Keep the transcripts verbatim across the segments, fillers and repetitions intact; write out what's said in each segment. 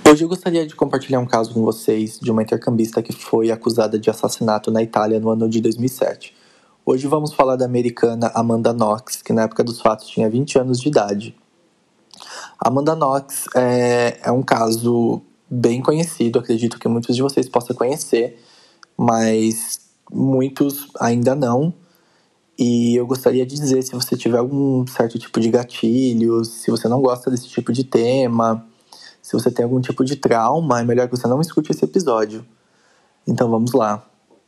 Hoje eu gostaria de compartilhar um caso com vocês de uma intercambista que foi acusada de assassinato na Itália no ano de dois mil e sete. Hoje vamos falar da americana Amanda Knox, que na época dos fatos tinha vinte anos de idade. Amanda Knox é, é um caso bem conhecido, acredito que muitos de vocês possam conhecer, mas muitos ainda não. E eu gostaria de dizer, se você tiver algum certo tipo de gatilho, se você não gosta desse tipo de tema, se você tem algum tipo de trauma, é melhor que você não escute esse episódio. Então vamos lá.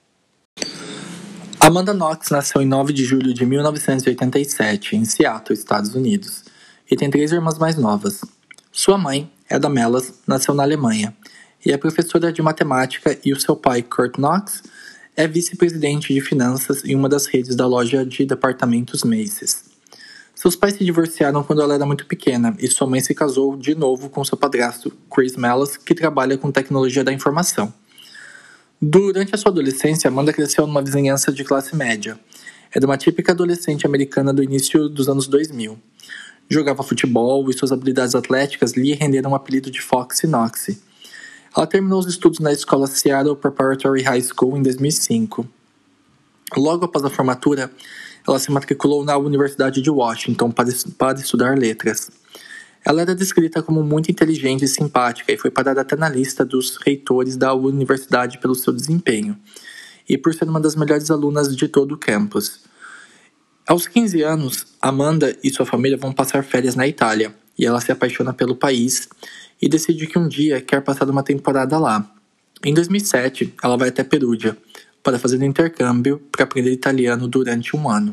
Amanda Knox nasceu em nove de julho de mil novecentos e oitenta e sete, em Seattle, Estados Unidos, e tem três irmãs mais novas. Sua mãe, Ada Mellas, nasceu na Alemanha, e é professora de matemática, e o seu pai, Kurt Knox, é vice-presidente de finanças em uma das redes da loja de departamentos Macy's. Seus pais se divorciaram quando ela era muito pequena, e sua mãe se casou de novo com seu padrasto, Chris Mellas, que trabalha com tecnologia da informação. Durante a sua adolescência, Amanda cresceu numa vizinhança de classe média. Era uma típica adolescente americana do início dos anos dois mil. Jogava futebol e suas habilidades atléticas lhe renderam o apelido de Foxy Knox. Ela terminou os estudos na escola Seattle Preparatory High School em dois mil e cinco. Logo após a formatura, ela se matriculou na Universidade de Washington para, para estudar letras. Ela era descrita como muito inteligente e simpática e foi parada até na lista dos reitores da universidade pelo seu desempenho e por ser uma das melhores alunas de todo o campus. Aos quinze anos, Amanda e sua família vão passar férias na Itália e ela se apaixona pelo país e decide que um dia quer passar uma temporada lá. Em dois mil e sete, ela vai até Perugia para fazer um intercâmbio para aprender italiano durante um ano.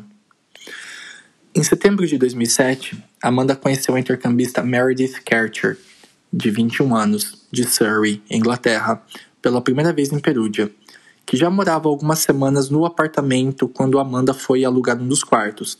Em setembro de dois mil e sete, Amanda conheceu a intercambista Meredith Karcher, de vinte e um anos, de Surrey, Inglaterra, pela primeira vez em Perugia, que já morava algumas semanas no apartamento quando Amanda foi alugar um dos quartos.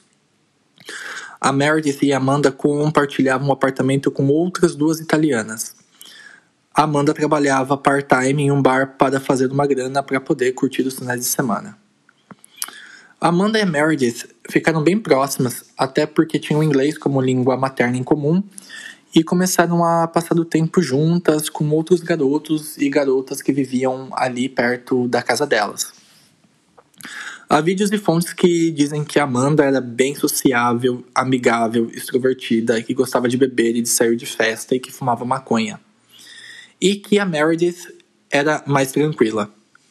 A Meredith e Amanda compartilhavam um apartamento com outras duas italianas. Amanda trabalhava part-time em um bar para fazer uma grana para poder curtir os finais de semana. Amanda e a Meredith ficaram bem próximas, até porque tinham inglês como língua materna em comum, e começaram a passar o tempo juntas com outros garotos e garotas que viviam ali perto da casa delas. Há vídeos e fontes que dizem que Amanda era bem sociável, amigável, extrovertida, que gostava de beber e de sair de festa e que fumava maconha. E que a Meredith era mais tranquila.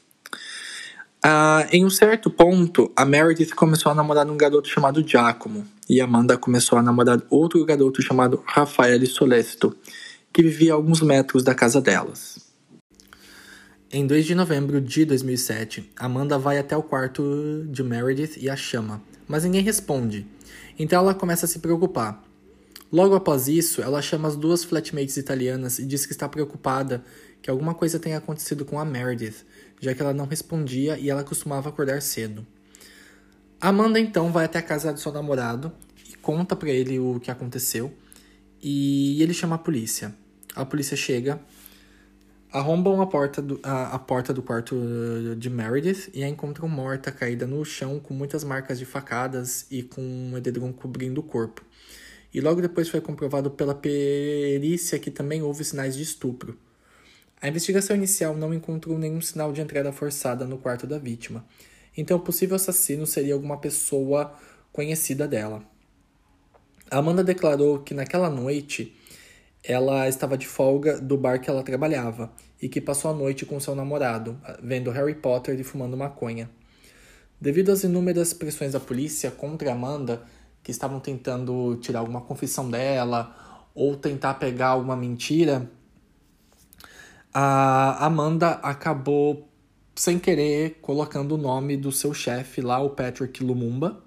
Uh, em um certo ponto, a Meredith começou a namorar um garoto chamado Giacomo, e Amanda começou a namorar outro garoto chamado Raffaele Solesto, que vivia a alguns metros da casa delas. Em dois de novembro de dois mil e sete, Amanda vai até o quarto de Meredith e a chama, mas ninguém responde, então ela começa a se preocupar. Logo após isso, ela chama as duas flatmates italianas e diz que está preocupada que alguma coisa tenha acontecido com a Meredith, já que ela não respondia e ela costumava acordar cedo. Amanda então vai até a casa do seu namorado e conta para ele o que aconteceu e ele chama a polícia. A polícia chega, arrombam a porta do, a, a porta do quarto de Meredith e a encontram morta, caída no chão com muitas marcas de facadas e com um edredom cobrindo o corpo. E logo depois foi comprovado pela perícia que também houve sinais de estupro. A investigação inicial não encontrou nenhum sinal de entrada forçada no quarto da vítima, então o possível assassino seria alguma pessoa conhecida dela. Amanda declarou que naquela noite ela estava de folga do bar que ela trabalhava e que passou a noite com seu namorado, vendo Harry Potter e fumando maconha. Devido às inúmeras pressões da polícia contra Amanda, que estavam tentando tirar alguma confissão dela ou tentar pegar alguma mentira, a Amanda acabou, sem querer, colocando o nome do seu chefe lá, o Patrick Lumumba.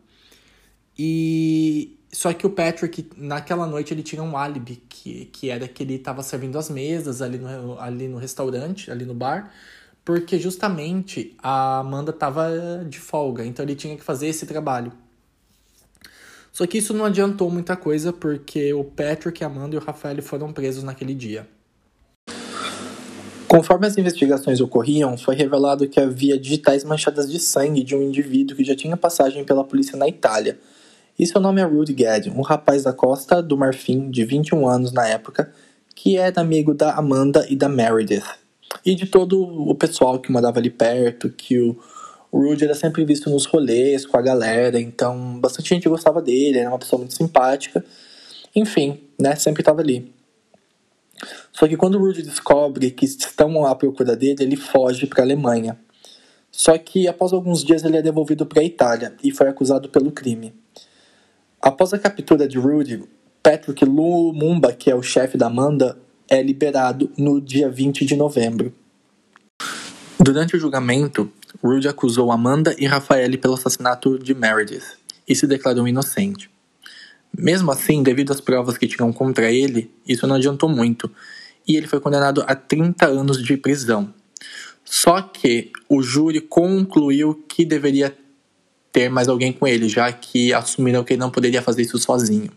E só que o Patrick, naquela noite, ele tinha um álibi, que, que era que ele estava servindo as mesas ali no, ali no restaurante, ali no bar, porque justamente a Amanda estava de folga, então ele tinha que fazer esse trabalho. Só que isso não adiantou muita coisa, porque o Patrick, a Amanda e o Rafael foram presos naquele dia. Conforme as investigações ocorriam, foi revelado que havia digitais manchadas de sangue de um indivíduo que já tinha passagem pela polícia na Itália. E seu nome é Rudy Gadd, um rapaz da Costa do Marfim, de vinte e um anos na época, que era amigo da Amanda e da Meredith. E de todo o pessoal que morava ali perto, que o, o Rudy era sempre visto nos rolês com a galera, então bastante gente gostava dele, era uma pessoa muito simpática. Enfim, né, sempre estava ali. Só que quando o Rudy descobre que estão à procura dele, ele foge para a Alemanha. Só que após alguns dias ele é devolvido para a Itália e foi acusado pelo crime. Após a captura de Rudy, Patrick Lumumba, que é o chefe da Amanda, é liberado no dia vinte de novembro. Durante o julgamento, Rudy acusou Amanda e Rafael pelo assassinato de Meredith e se declarou inocente. Mesmo assim, devido às provas que tinham contra ele, isso não adiantou muito, e ele foi condenado a trinta anos de prisão. Só que o júri concluiu que deveria ter mais alguém com ele, já que assumiram que ele não poderia fazer isso sozinho.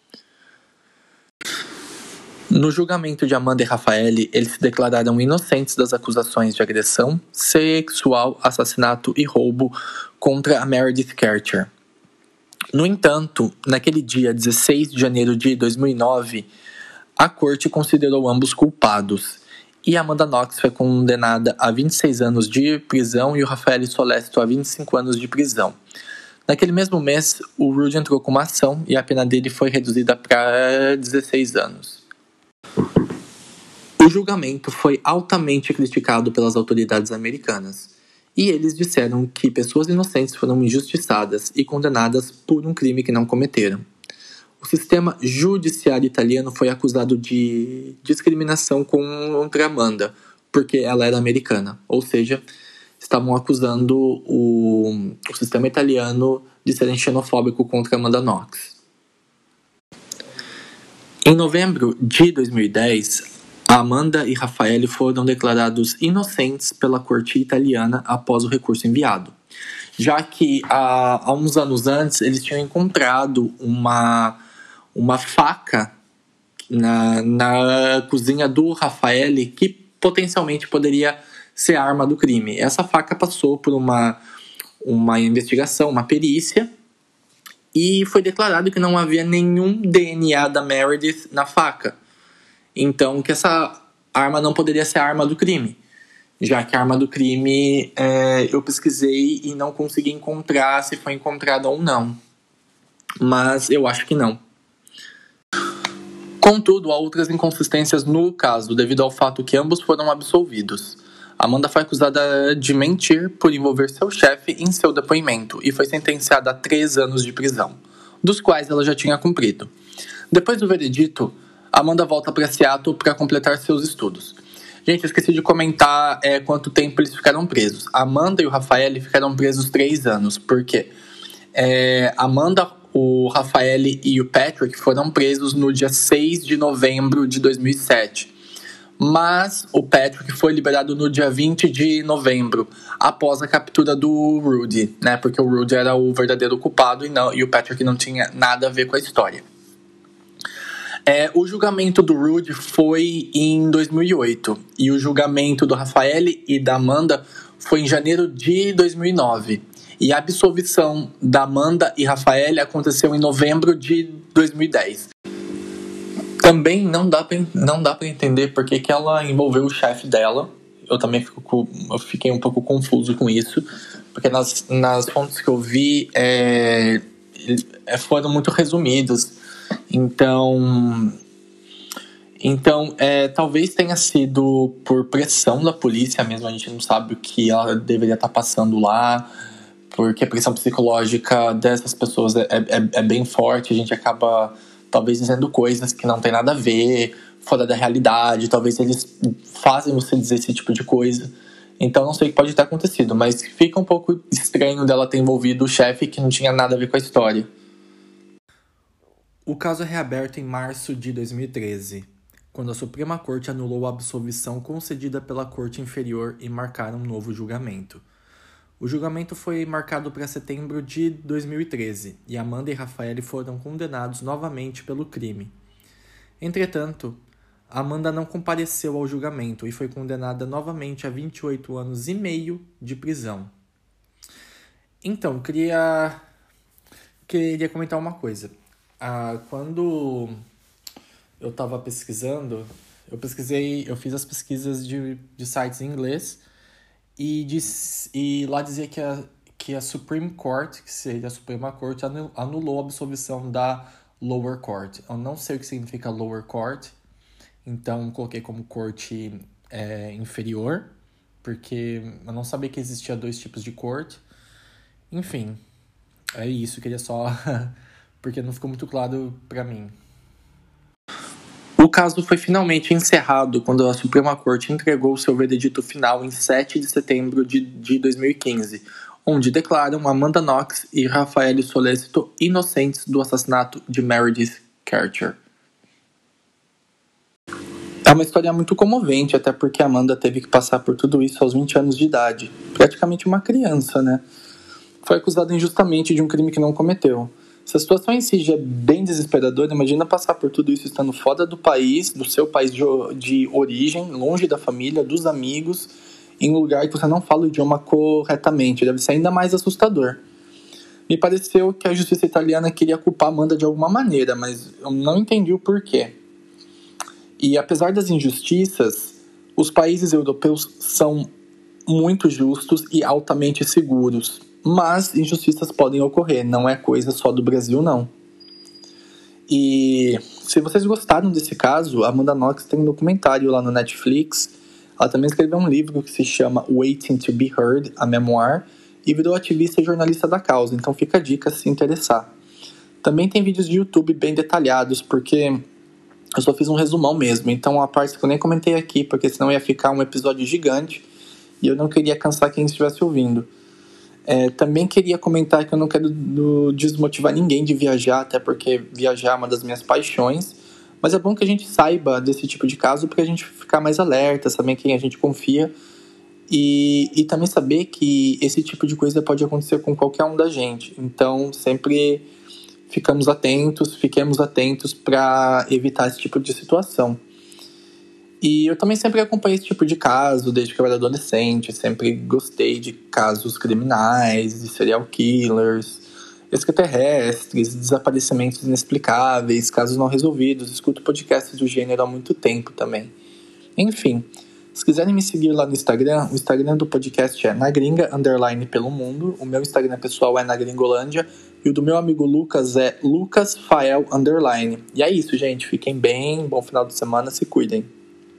No julgamento de Amanda e Rafael, eles se declararam inocentes das acusações de agressão sexual, assassinato e roubo contra a Meredith Kercher. No entanto, naquele dia dezesseis de janeiro de dois mil e nove, a corte considerou ambos culpados e Amanda Knox foi condenada a vinte e seis anos de prisão e o Rafael Solesto a vinte e cinco anos de prisão. Naquele mesmo mês, o Rudy entrou com uma ação e a pena dele foi reduzida para dezesseis anos. O julgamento foi altamente criticado pelas autoridades americanas. E eles disseram que pessoas inocentes foram injustiçadas e condenadas por um crime que não cometeram. O sistema judiciário italiano foi acusado de discriminação contra Amanda, porque ela era americana. Ou seja, estavam acusando o, o sistema italiano de serem xenofóbico contra Amanda Knox. Em novembro de dois mil e dez, Amanda e Rafael foram declarados inocentes pela corte italiana após o recurso enviado, já que há, há uns anos antes eles tinham encontrado uma, uma faca na, na cozinha do Rafael que potencialmente poderia ser a arma do crime. Essa faca passou por uma, uma investigação, uma perícia, e foi declarado que não havia nenhum D N A da Meredith na faca. Então, que essa arma não poderia ser a arma do crime. Já que a arma do crime, é, eu pesquisei e não consegui encontrar se foi encontrada ou não. Mas eu acho que não. Contudo, há outras inconsistências no caso, devido ao fato que ambos foram absolvidos. Amanda foi acusada de mentir por envolver seu chefe em seu depoimento e foi sentenciada a três anos de prisão, dos quais ela já tinha cumprido. Depois do veredito, Amanda volta para Seattle para completar seus estudos. Gente, eu esqueci de comentar é, quanto tempo eles ficaram presos. Amanda e o Rafael ficaram presos três anos, porque é, Amanda, o Rafael e o Patrick foram presos no dia seis de novembro de dois mil e sete. Mas o Patrick foi liberado no dia vinte de novembro, após a captura do Rudy, né? Porque o Rudy era o verdadeiro culpado e, não, e o Patrick não tinha nada a ver com a história. É, o julgamento do Rudy foi em dois mil e oito e o julgamento do Rafael e da Amanda foi em janeiro de dois mil e nove. E a absolvição da Amanda e Rafael aconteceu em novembro de dois mil e dez. Também não dá pra, não dá pra entender porque que ela envolveu o chefe dela. Eu também fico, eu fiquei um pouco confuso com isso, porque nas, nas fontes que eu vi é, foram muito resumidas. Então, então é, talvez tenha sido por pressão da polícia mesmo, a gente não sabe o que ela deveria estar passando lá, porque a pressão psicológica dessas pessoas é, é, é bem forte, a gente acaba talvez dizendo coisas que não tem nada a ver, fora da realidade, talvez eles fazem você dizer esse tipo de coisa. Então não sei o que pode ter acontecido, mas fica um pouco estranho dela ter envolvido o chefe que não tinha nada a ver com a história. O caso é reaberto em março de dois mil e treze, quando a Suprema Corte anulou a absolvição concedida pela Corte Inferior e marcaram um novo julgamento. O julgamento foi marcado para setembro de dois mil e treze, e Amanda e Rafael foram condenados novamente pelo crime. Entretanto, Amanda não compareceu ao julgamento e foi condenada novamente a vinte e oito anos e meio de prisão. Então, queria, queria comentar uma coisa. Ah, quando eu estava pesquisando, Eu pesquisei, eu fiz as pesquisas de, de sites em inglês e, diz, e lá dizia que a, que a Supreme Court, que seria a Suprema Corte, anulou a absolvição da Lower Court. Eu não sei o que significa Lower Court, então coloquei como corte é, inferior, porque eu não sabia que existia dois tipos de corte. Enfim, é isso, queria só... porque não ficou muito claro para mim. O caso foi finalmente encerrado quando a Suprema Corte entregou seu veredito final em sete de setembro de, de dois mil e quinze, onde declaram Amanda Knox e Rafael Solésito inocentes do assassinato de Meredith Kercher. É uma história muito comovente, até porque Amanda teve que passar por tudo isso aos vinte anos de idade. Praticamente uma criança, né? Foi acusada injustamente de um crime que não cometeu. Se a situação em si já é bem desesperadora, imagina passar por tudo isso estando fora do país, do seu país de, de origem, longe da família, dos amigos, em um lugar que você não fala o idioma corretamente. Deve ser ainda mais assustador. Me pareceu que a justiça italiana queria culpar Amanda de alguma maneira, mas eu não entendi o porquê. E apesar das injustiças, os países europeus são muito justos e altamente seguros. Mas injustiças podem ocorrer, não é coisa só do Brasil, não. E se vocês gostaram desse caso, a Amanda Knox tem um documentário lá no Netflix. Ela também escreveu um livro que se chama Waiting to be Heard, a memoir, e virou ativista e jornalista da causa, então fica a dica se interessar. Também tem vídeos de YouTube bem detalhados, porque eu só fiz um resumão mesmo, então a parte que eu nem comentei aqui, porque senão ia ficar um episódio gigante e eu não queria cansar quem estivesse ouvindo. É, também queria comentar que eu não quero desmotivar ninguém de viajar, até porque viajar é uma das minhas paixões, mas é bom que a gente saiba desse tipo de caso para a gente ficar mais alerta, saber em quem a gente confia e, e também saber que esse tipo de coisa pode acontecer com qualquer um da gente. Então sempre ficamos atentos, fiquemos atentos para evitar esse tipo de situação. E eu também sempre acompanhei esse tipo de caso desde que eu era adolescente, sempre gostei de casos criminais, de serial killers, extraterrestres, desaparecimentos inexplicáveis, casos não resolvidos. Escuto podcasts do gênero há muito tempo também. Enfim, se quiserem me seguir lá no Instagram, o Instagram do podcast é nagringa, underline pelo mundo, o meu Instagram pessoal é nagringolândia e o do meu amigo Lucas é lucasfael, underline. E é isso, gente. Fiquem bem, bom final de semana, se cuidem.